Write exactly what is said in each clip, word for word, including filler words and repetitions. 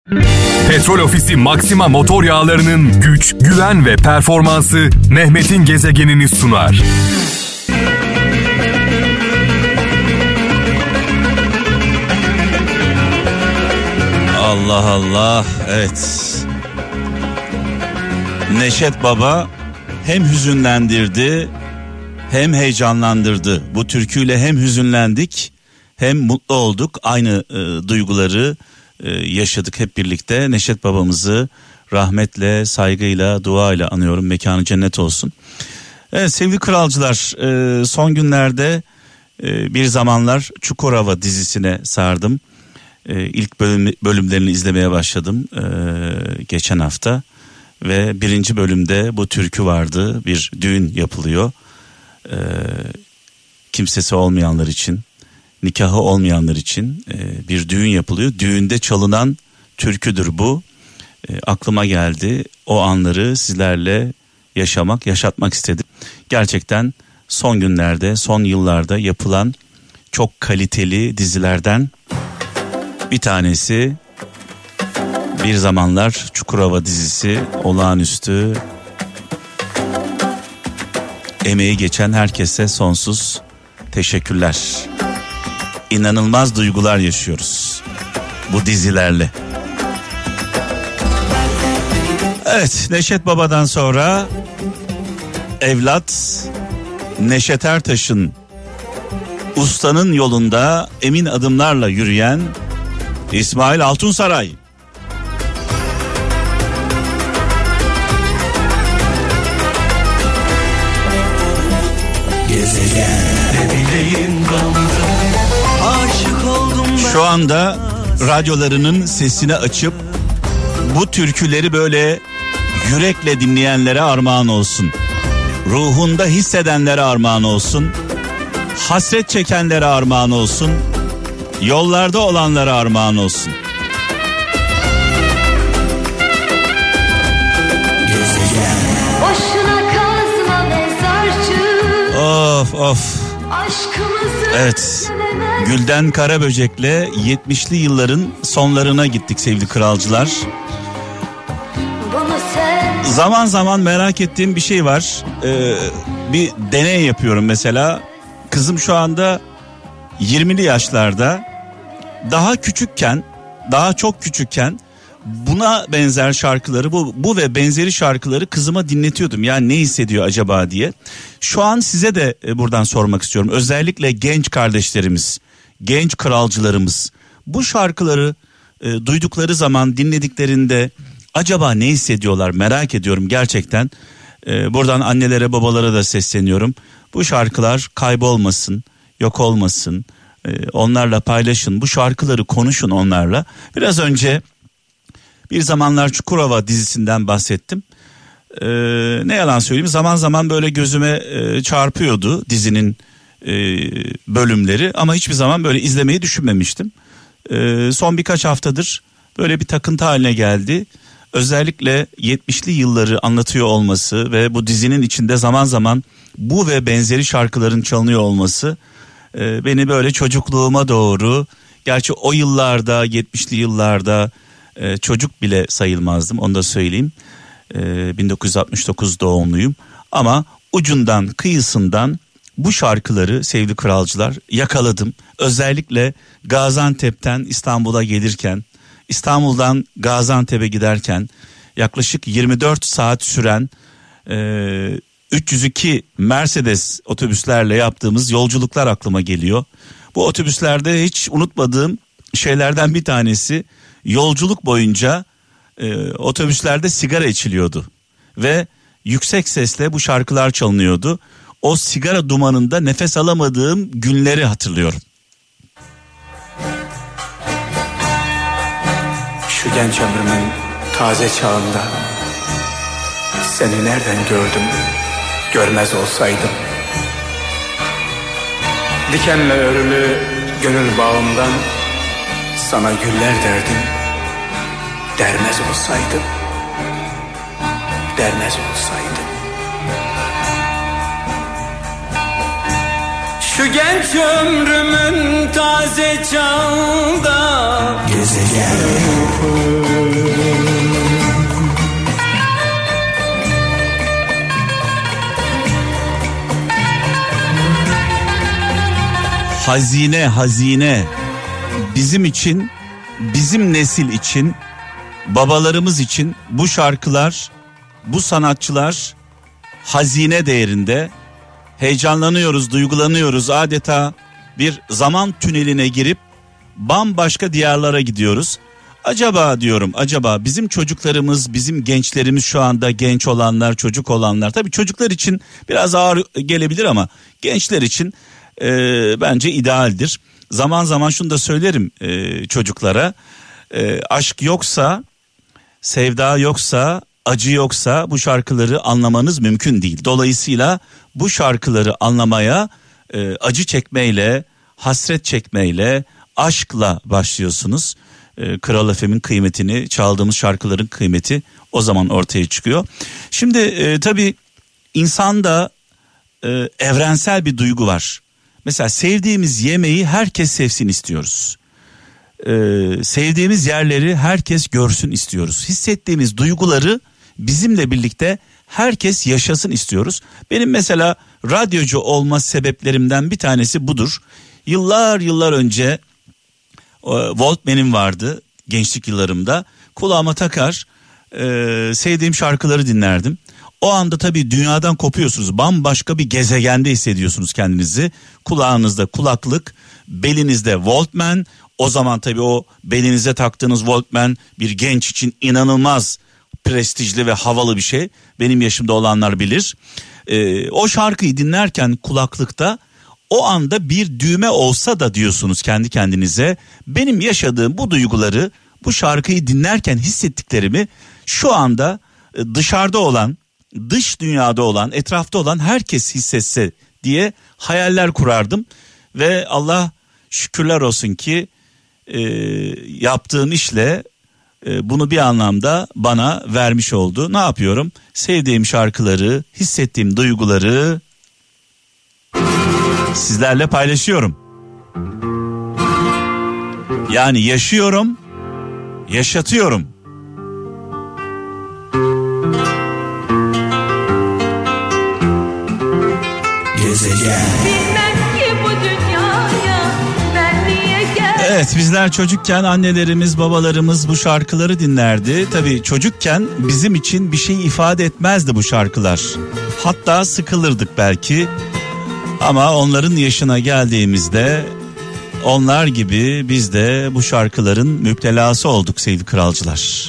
Petrol Ofisi Maxima motor yağlarının güç, güven ve performansı Mehmet'in gezegenini sunar. Allah Allah, evet. Neşet Baba hem hüzünlendirdi hem heyecanlandırdı. Bu türküyle hem hüzünlendik hem mutlu olduk. Aynı e, duyguları e, yaşadık hep birlikte. Neşet Babamızı rahmetle, saygıyla, duayla anıyorum. Mekanı cennet olsun. Evet sevgili kralcılar, e, son günlerde e, bir zamanlar Çukurova dizisine sardım. E, ilk bölüm, bölümlerini izlemeye başladım e, geçen hafta. Ve birinci bölümde bu türkü vardı. Bir düğün yapılıyor. E, kimsesi olmayanlar için, nikahı olmayanlar için e, bir düğün yapılıyor. Düğünde çalınan türküdür bu. E, aklıma geldi. O anları sizlerle yaşamak, yaşatmak istedim. Gerçekten son günlerde, son yıllarda yapılan çok kaliteli dizilerden bir tanesi. Bir zamanlar Çukurova dizisi, olağanüstü. Emeği geçen herkese sonsuz teşekkürler. İnanılmaz duygular yaşıyoruz bu dizilerle. Evet, Neşet Baba'dan sonra evlat Neşet Ertaş'ın ustanın yolunda emin adımlarla yürüyen İsmail Altunsaray. Şu anda radyolarının sesini açıp bu türküleri böyle yürekle dinleyenlere armağan olsun. Ruhunda hissedenlere armağan olsun. Hasret çekenlere armağan olsun. Yollarda olanlara armağan olsun. Of of. Evet. Gülden Karaböcek'le yetmişli yılların sonlarına gittik sevgili kralcılar. Zaman zaman merak ettiğim bir şey var. Ee, bir deney yapıyorum mesela. Kızım şu anda yirmili yaşlarda. Daha küçükken, daha çok küçükken buna benzer şarkıları, bu, bu ve benzeri şarkıları kızıma dinletiyordum. Yani ne hissediyor acaba diye. Şu an size de buradan sormak istiyorum. Özellikle genç kardeşlerimiz, genç kralcılarımız bu şarkıları e, duydukları zaman, dinlediklerinde acaba ne hissediyorlar merak ediyorum gerçekten. E, buradan annelere, babalara da sesleniyorum. Bu şarkılar kaybolmasın, yok olmasın. E, onlarla paylaşın. Bu şarkıları konuşun onlarla. Biraz önce Bir Zamanlar Çukurova dizisinden bahsettim. Ee, ne yalan söyleyeyim, zaman zaman böyle gözüme e, çarpıyordu dizinin e, bölümleri ama hiçbir zaman böyle izlemeyi düşünmemiştim. E, son birkaç haftadır böyle bir takıntı haline geldi. Özellikle yetmişli yılları anlatıyor olması ve bu dizinin içinde zaman zaman bu ve benzeri şarkıların çalınıyor olması e, beni böyle çocukluğuma doğru, gerçi o yıllarda, yetmişli yıllarda Ee, çocuk bile sayılmazdım, onu da söyleyeyim. Ee, bin dokuz yüz altmış dokuz doğumluyum ama ucundan kıyısından bu şarkıları sevgili kralcılar yakaladım. Özellikle Gaziantep'ten İstanbul'a gelirken, İstanbul'dan Gaziantep'e giderken yaklaşık yirmi dört saat süren e, üç yüz iki Mercedes otobüslerle yaptığımız yolculuklar aklıma geliyor. Bu otobüslerde hiç unutmadığım şeylerden bir tanesi, yolculuk boyunca e, otobüslerde sigara içiliyordu ve yüksek sesle bu şarkılar çalınıyordu. O sigara dumanında nefes alamadığım günleri hatırlıyorum. Şu genç ömrümün taze çağında seni nereden gördüm, görmez olsaydım. Dikenle örülü gönül bağımdan sana güller derdim, dermez olsaydım, dermez olsaydım. Şu genç ömrümün taze çağında gezegen hazine hazine. Bizim için, bizim nesil için, babalarımız için bu şarkılar, bu sanatçılar hazine değerinde. Heyecanlanıyoruz, duygulanıyoruz, adeta bir zaman tüneline girip bambaşka diyarlara gidiyoruz. Acaba diyorum, acaba bizim çocuklarımız, bizim gençlerimiz, şu anda genç olanlar, çocuk olanlar, tabii çocuklar için biraz ağır gelebilir ama gençler için e, bence idealdir. Zaman zaman şunu da söylerim e, çocuklara, e, aşk yoksa, sevda yoksa, acı yoksa bu şarkıları anlamanız mümkün değil. Dolayısıyla bu şarkıları anlamaya e, acı çekmeyle, hasret çekmeyle, aşkla başlıyorsunuz. E, Kral F M'in kıymetini, çaldığımız şarkıların kıymeti o zaman ortaya çıkıyor. Şimdi e, tabii insanda e, evrensel bir duygu var. Mesela sevdiğimiz yemeği herkes sevsin istiyoruz. Ee, sevdiğimiz yerleri herkes görsün istiyoruz. Hissettiğimiz duyguları bizimle birlikte herkes yaşasın istiyoruz. Benim mesela radyocu olma sebeplerimden bir tanesi budur. Yıllar yıllar önce e, Walkman'im vardı gençlik yıllarımda. Kulağıma takar e, sevdiğim şarkıları dinlerdim. O anda tabii dünyadan kopuyorsunuz. Bambaşka bir gezegende hissediyorsunuz kendinizi. Kulağınızda kulaklık, belinizde Walkman. O zaman tabii o belinize taktığınız Walkman bir genç için inanılmaz prestijli ve havalı bir şey. Benim yaşımda olanlar bilir. Ee, o şarkıyı dinlerken kulaklıkta o anda bir düğme olsa da diyorsunuz kendi kendinize. Benim yaşadığım bu duyguları, bu şarkıyı dinlerken hissettiklerimi şu anda dışarıda olan, dış dünyada olan, etrafta olan herkes hissetse diye hayaller kurardım. Ve Allah şükürler olsun ki e, yaptığım işle e, bunu bir anlamda bana vermiş oldu. Ne yapıyorum? Sevdiğim şarkıları, hissettiğim duyguları sizlerle paylaşıyorum. Yani yaşıyorum, yaşatıyorum. Evet, bizler çocukken annelerimiz, babalarımız bu şarkıları dinlerdi. Tabii çocukken bizim için bir şey ifade etmezdi bu şarkılar. Hatta sıkılırdık belki. Ama onların yaşına geldiğimizde onlar gibi biz de bu şarkıların müptelası olduk sevgili kralcılar.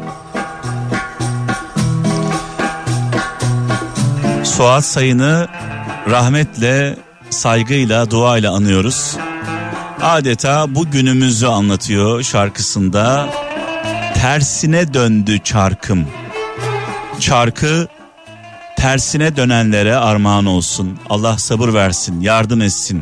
Suat Sayın'ı rahmetle, saygıyla, duayla anıyoruz. Adeta bu günümüzü anlatıyor şarkısında. Tersine döndü çarkım. Çarkı tersine dönenlere armağan olsun. Allah sabır versin, yardım etsin.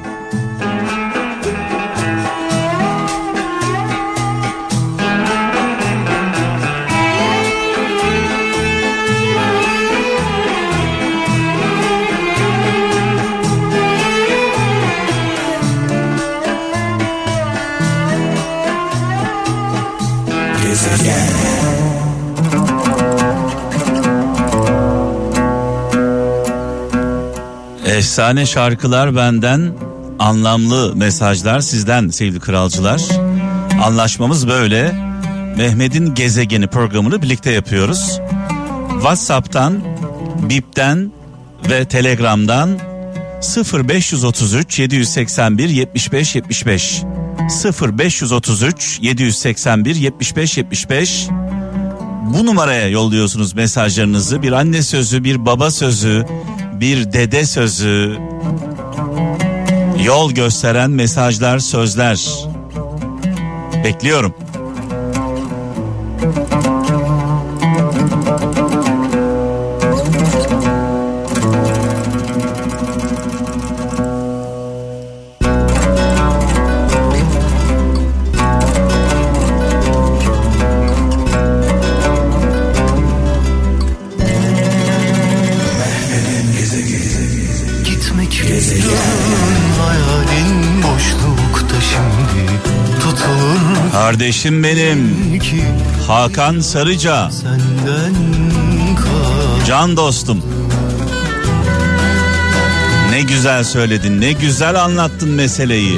Efsane şarkılar benden, anlamlı mesajlar sizden sevgili kralcılar. Anlaşmamız böyle. Mehmet'in Gezegeni programını birlikte yapıyoruz. WhatsApp'tan, Bip'ten ve Telegram'dan sıfır beş üç üç yedi seksen bir yetmiş beş yetmiş beş sıfır beş üç üç yedi seksen bir yetmiş beş yetmiş beş bu numaraya yolluyorsunuz mesajlarınızı. Bir anne sözü, bir baba sözü, bir dede sözü, yol gösteren mesajlar, sözler. Bekliyorum. Kardeşim benim Hakan Sarıca, can dostum, ne güzel söyledin, ne güzel anlattın meseleyi.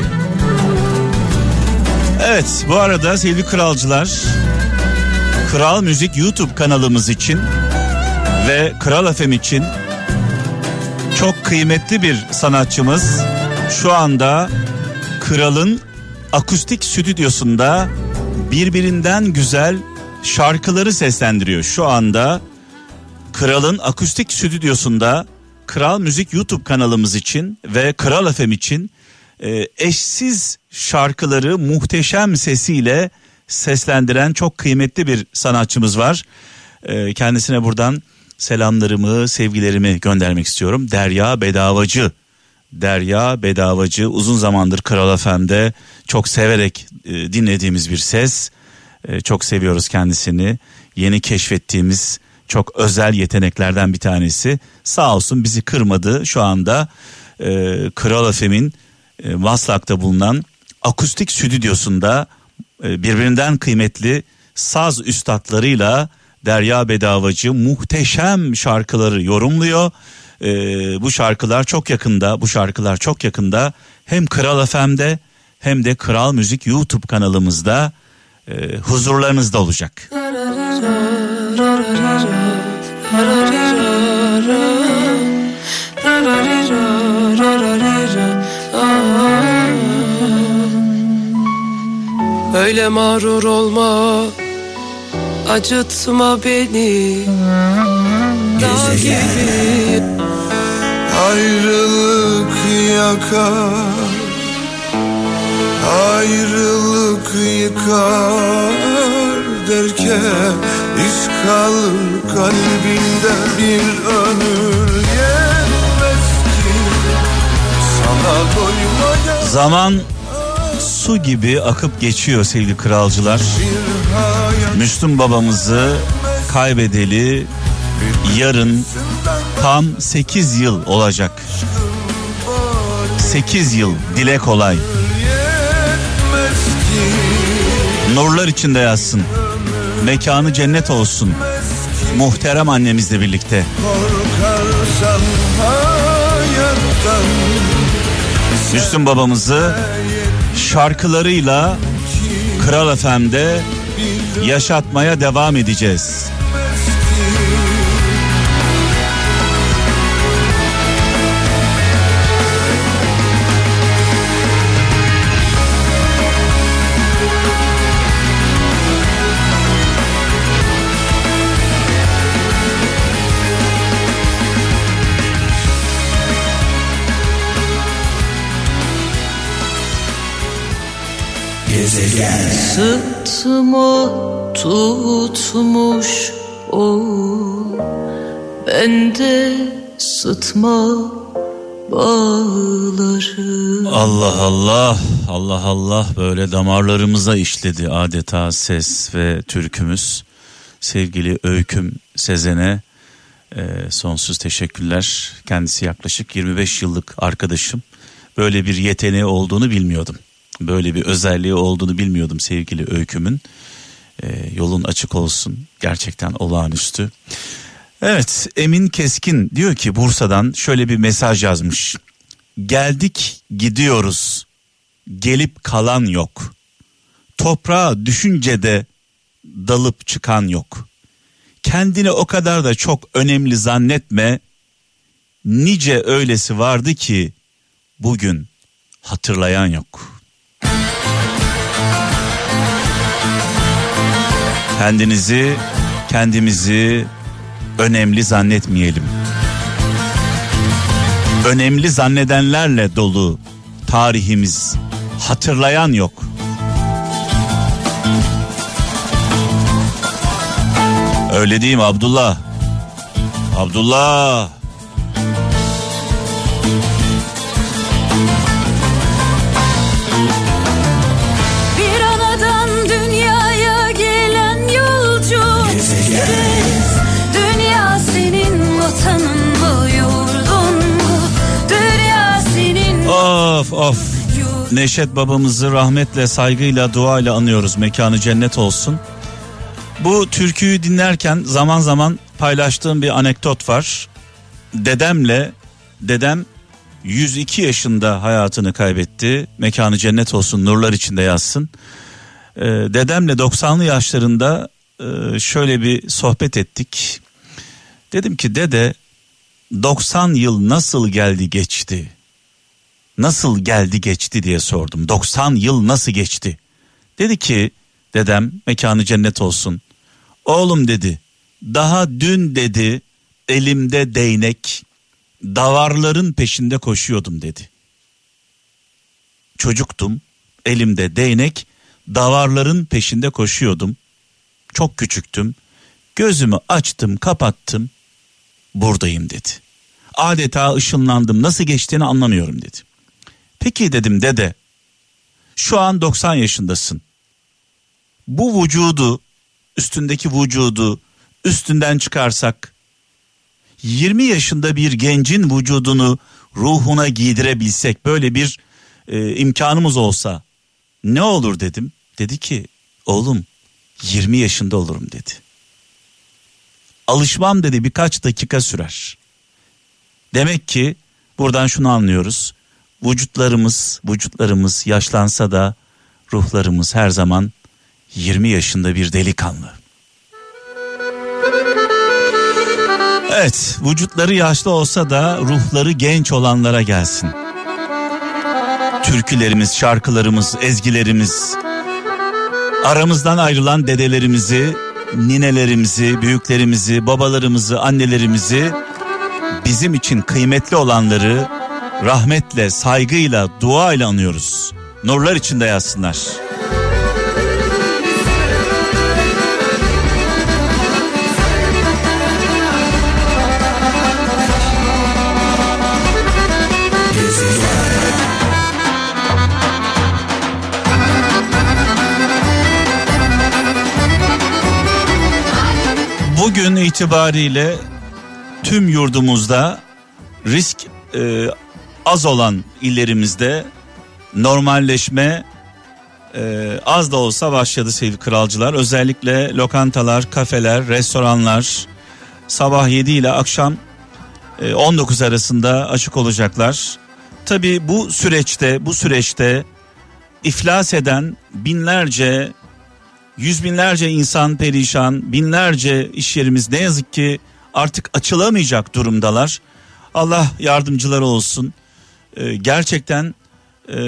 Evet, bu arada sevgili kralcılar, Kral Müzik YouTube kanalımız için ve Kral F M için çok kıymetli bir sanatçımız şu anda Kral'ın akustik stüdyosunda birbirinden güzel şarkıları seslendiriyor. Şu anda Kral'ın akustik stüdyosunda Kral Müzik YouTube kanalımız için ve Kral F M için e, eşsiz şarkıları muhteşem sesiyle seslendiren çok kıymetli bir sanatçımız var. E, kendisine buradan selamlarımı, sevgilerimi göndermek istiyorum. Derya Bedavacı. Derya Bedavacı uzun zamandır Kral F M'de çok severek e, dinlediğimiz bir ses. E, çok seviyoruz kendisini. Yeni keşfettiğimiz çok özel yeteneklerden bir tanesi. Sağ olsun bizi kırmadı. Şu anda e, Kral F M'in e, Maslak'ta bulunan akustik stüdyosunda e, birbirinden kıymetli saz üstadlarıyla Derya Bedavacı muhteşem şarkıları yorumluyor. E, bu şarkılar çok yakında, bu şarkılar çok yakında hem Kral F M'de hem de Kral Müzik YouTube kanalımızda e, huzurlarınızda olacak. Öyle mağrur olma, acıtma beni. Dağ gibi ayrılık yakar, ayrılık yıkar derken iz kalır kalbinde, bir ömür yetmez ki sana doymaya. Zaman su gibi akıp geçiyor sevgili kralcılar. Müslüm babamızı kaybedeli yarın tam sekiz yıl olacak. sekiz yıl, dile kolay. Nurlar içinde yatsın. Mekanı cennet olsun. Muhterem annemizle birlikte. Müslüm babamızı şarkılarıyla Kral F M'de yaşatmaya devam edeceğiz. Sırtıma tutmuş o, bende sıtma bağları. Allah Allah, Allah Allah, böyle damarlarımıza işledi adeta ses ve türkümüz. Sevgili Öyküm Sezen'e e, sonsuz teşekkürler. Kendisi yaklaşık yirmi beş yıllık arkadaşım. Böyle bir yeteneği olduğunu bilmiyordum. Böyle bir özelliği olduğunu bilmiyordum sevgili Öyküm'ün. Ee, yolun açık olsun, gerçekten olağanüstü. Evet, Emin Keskin diyor ki Bursa'dan şöyle bir mesaj yazmış. Geldik gidiyoruz, gelip kalan yok. Toprağa düşüncede dalıp çıkan yok. Kendini o kadar da çok önemli zannetme. Nice öylesi vardı ki bugün hatırlayan yok. Kendinizi, kendimizi önemli zannetmeyelim. Önemli zannedenlerle dolu tarihimiz, hatırlayan yok. Öyle değil mi Abdullah? Abdullah. Dünya senin vatanın mı, yurdun mu? Dünya senin. Of of. Neşet babamızı rahmetle, saygıyla, duayla anıyoruz. Mekanı cennet olsun. Bu türküyü dinlerken zaman zaman paylaştığım bir anekdot var. Dedemle, dedem yüz iki yaşında hayatını kaybetti. Mekanı cennet olsun, nurlar içinde yatsın. Ee, dedemle doksanlı yaşlarında e, şöyle bir sohbet ettik. Dedim ki dede, doksan yıl nasıl geldi geçti? Nasıl geldi geçti diye sordum. doksan yıl nasıl geçti? Dedi ki dedem, mekanı cennet olsun. Oğlum dedi, daha dün dedi elimde değnek, davarların peşinde koşuyordum dedi. Çocuktum, elimde değnek, davarların peşinde koşuyordum. Çok küçüktüm. Gözümü açtım, kapattım. Buradayım dedi. Adeta ışınlandım. Nasıl geçtiğini anlamıyorum dedi. Peki dedim dede, şu an doksan yaşındasın. Bu vücudu, üstündeki vücudu üstünden çıkarsak, yirmi yaşında bir gencin vücudunu ruhuna giydirebilsek, böyle bir e, imkanımız olsa ne olur dedim. Dedi ki oğlum yirmi yaşında olurum dedi. Alışmam dedi birkaç dakika sürer. Demek ki buradan şunu anlıyoruz. Vücutlarımız, vücutlarımız yaşlansa da ruhlarımız her zaman yirmi yaşında bir delikanlı. Evet, vücutları yaşlı olsa da ruhları genç olanlara gelsin. Türkülerimiz, şarkılarımız, ezgilerimiz, aramızdan ayrılan dedelerimizi, ninelerimizi, büyüklerimizi, babalarımızı, annelerimizi, bizim için kıymetli olanları rahmetle, saygıyla, duayla anıyoruz. Nurlar içinde yatsınlar. Bugün itibariyle tüm yurdumuzda risk e, az olan illerimizde normalleşme e, az da olsa başladı sevgili kralcılar. Özellikle lokantalar, kafeler, restoranlar sabah yedi ile akşam e, on dokuz arasında açık olacaklar. Tabii bu süreçte bu süreçte iflas eden binlerce, yüz binlerce insan perişan, binlerce iş yerimiz ne yazık ki artık açılamayacak durumdalar. Allah yardımcıları olsun. Ee, gerçekten e,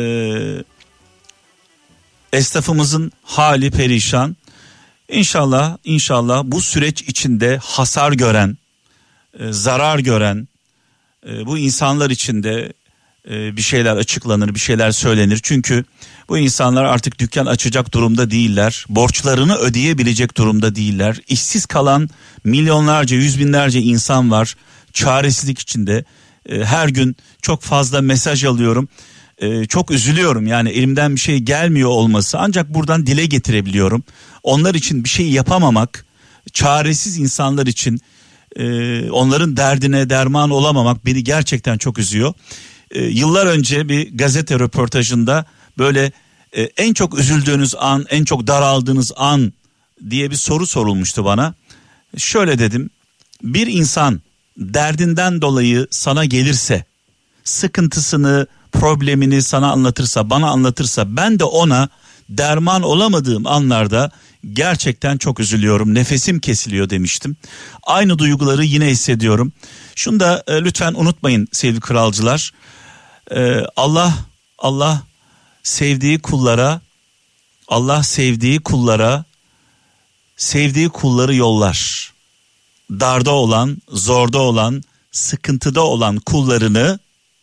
esnafımızın hali perişan. İnşallah, inşallah bu süreç içinde hasar gören, e, zarar gören e, bu insanlar içinde e, bir şeyler açıklanır, bir şeyler söylenir. Çünkü bu insanlar artık dükkan açacak durumda değiller. Borçlarını ödeyebilecek durumda değiller. İşsiz kalan milyonlarca, yüz binlerce insan var. Çaresizlik içinde. E, her gün çok fazla mesaj alıyorum. E, çok üzülüyorum. Yani elimden bir şey gelmiyor olması. Ancak buradan dile getirebiliyorum. Onlar için bir şey yapamamak, çaresiz insanlar için e, onların derdine derman olamamak beni gerçekten çok üzüyor. E, yıllar önce bir gazete röportajında böyle e, en çok üzüldüğünüz an, en çok daraldığınız an diye bir soru sorulmuştu bana. Şöyle dedim, bir insan derdinden dolayı sana gelirse, sıkıntısını, problemini sana anlatırsa, bana anlatırsa, ben de ona derman olamadığım anlarda gerçekten çok üzülüyorum, nefesim kesiliyor demiştim. Aynı duyguları yine hissediyorum. Şunu da e, lütfen unutmayın sevgili kralcılar. E, Allah Allah sevdiği kullara, Allah sevdiği kullara, sevdiği kulları yollar. Darda olan, zorda olan, sıkıntıda olan kullarını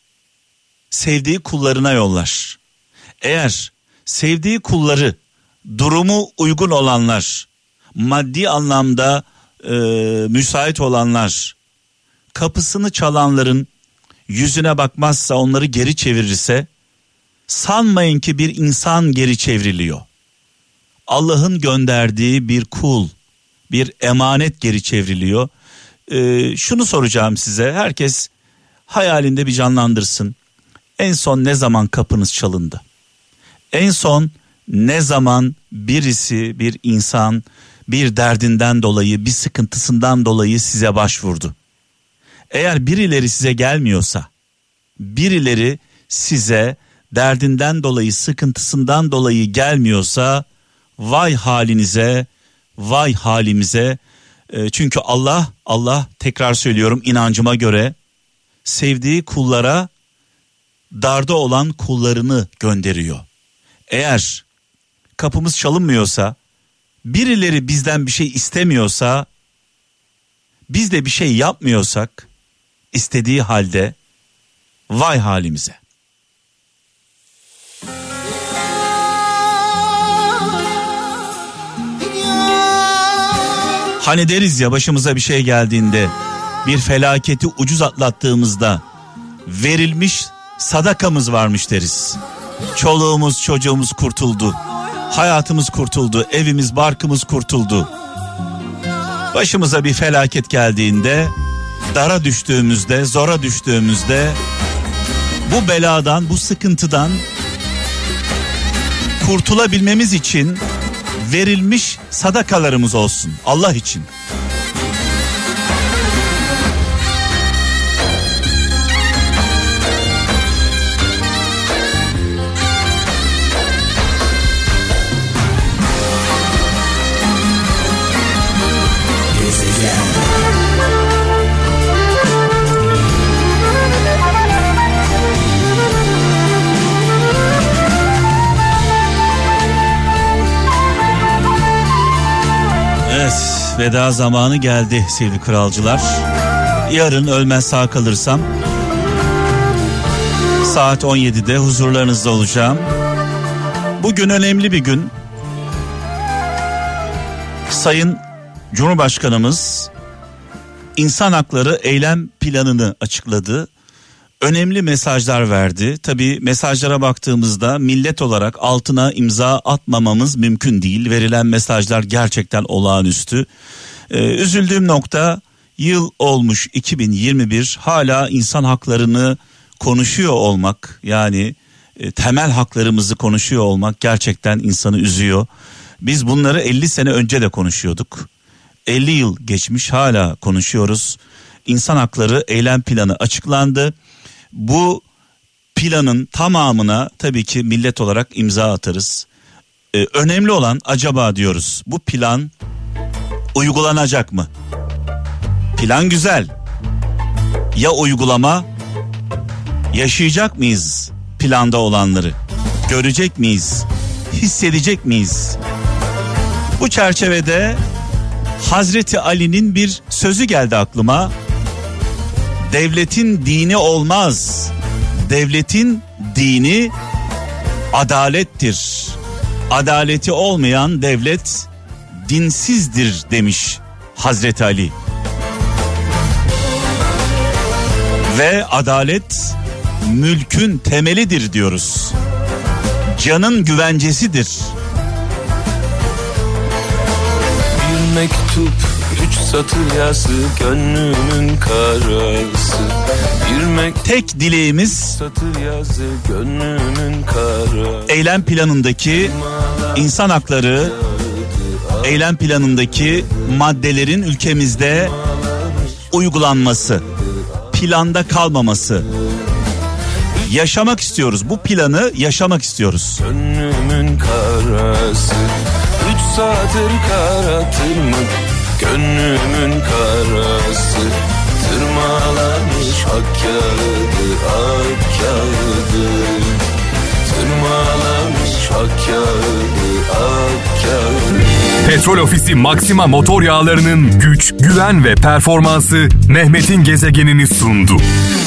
sevdiği kullarına yollar. Eğer sevdiği kulları, durumu uygun olanlar, maddi anlamda e, müsait olanlar, kapısını çalanların yüzüne bakmazsa, onları geri çevirirse, sanmayın ki bir insan geri çevriliyor. Allah'ın gönderdiği bir kul, bir emanet geri çevriliyor. Ee, şunu soracağım size, herkes hayalinde bir canlandırsın. En son ne zaman kapınız çalındı? En son ne zaman birisi, bir insan bir derdinden dolayı, bir sıkıntısından dolayı size başvurdu? Eğer birileri size gelmiyorsa, birileri size derdinden dolayı, sıkıntısından dolayı gelmiyorsa vay halinize, vay halimize. E, çünkü Allah, Allah tekrar söylüyorum inancıma göre sevdiği kullara darda olan kullarını gönderiyor. Eğer kapımız çalınmıyorsa, birileri bizden bir şey istemiyorsa, biz de bir şey yapmıyorsak istediği halde vay halimize. Hani deriz ya, başımıza bir şey geldiğinde, bir felaketi ucuz atlattığımızda verilmiş sadakamız varmış deriz. Çoluğumuz çocuğumuz kurtuldu, hayatımız kurtuldu, evimiz barkımız kurtuldu. Başımıza bir felaket geldiğinde, dara düştüğümüzde, zora düştüğümüzde, bu beladan, bu sıkıntıdan kurtulabilmemiz için verilmiş sadakalarımız olsun Allah için. Veda zamanı geldi sevgili kralcılar. Yarın ölmez sağ kalırsam saat on yedide huzurlarınızda olacağım. Bugün önemli bir gün. Sayın Cumhurbaşkanımız insan hakları eylem planını açıkladı. Önemli mesajlar verdi. Tabii mesajlara baktığımızda millet olarak altına imza atmamamız mümkün değil. Verilen mesajlar gerçekten olağanüstü. Ee, üzüldüğüm nokta, yıl olmuş iki bin yirmi bir, hala insan haklarını konuşuyor olmak, yani e, temel haklarımızı konuşuyor olmak gerçekten insanı üzüyor. Biz bunları elli sene önce de konuşuyorduk. elli yıl geçmiş, hala konuşuyoruz. İnsan hakları eylem planı açıklandı. Bu planın tamamına tabii ki millet olarak imza atarız. Ee, önemli olan acaba diyoruz, bu plan uygulanacak mı? Plan güzel. Ya uygulama? Yaşayacak mıyız planda olanları? Görecek miyiz? Hissedecek miyiz? Bu çerçevede Hazreti Ali'nin bir sözü geldi aklıma. Devletin dini olmaz. Devletin dini adalettir. Adaleti olmayan devlet dinsizdir demiş Hazreti Ali. Ve adalet mülkün temelidir diyoruz. Canın güvencesidir. Bir mektup, üç satır yazı, gönlümün karası. Bir mektup, tek dileğimiz satır yazı, gönlümün karası. Eylem planındaki insan hakları, eylem planındaki maddelerin ülkemizde uygulanması, planda kalmaması. Yaşamak istiyoruz. Bu planı yaşamak istiyoruz. Gönlümün karası, üç satır kara tırmık, gönlümün karası. Tırmalamış ak kağıdı, ak kağıdı. Tırmalamış ak kağıdı, ak kağıdı. Petrol Ofisi Maxima motor yağlarının güç, güven ve performansı Mehmet'in gezegenini sundu.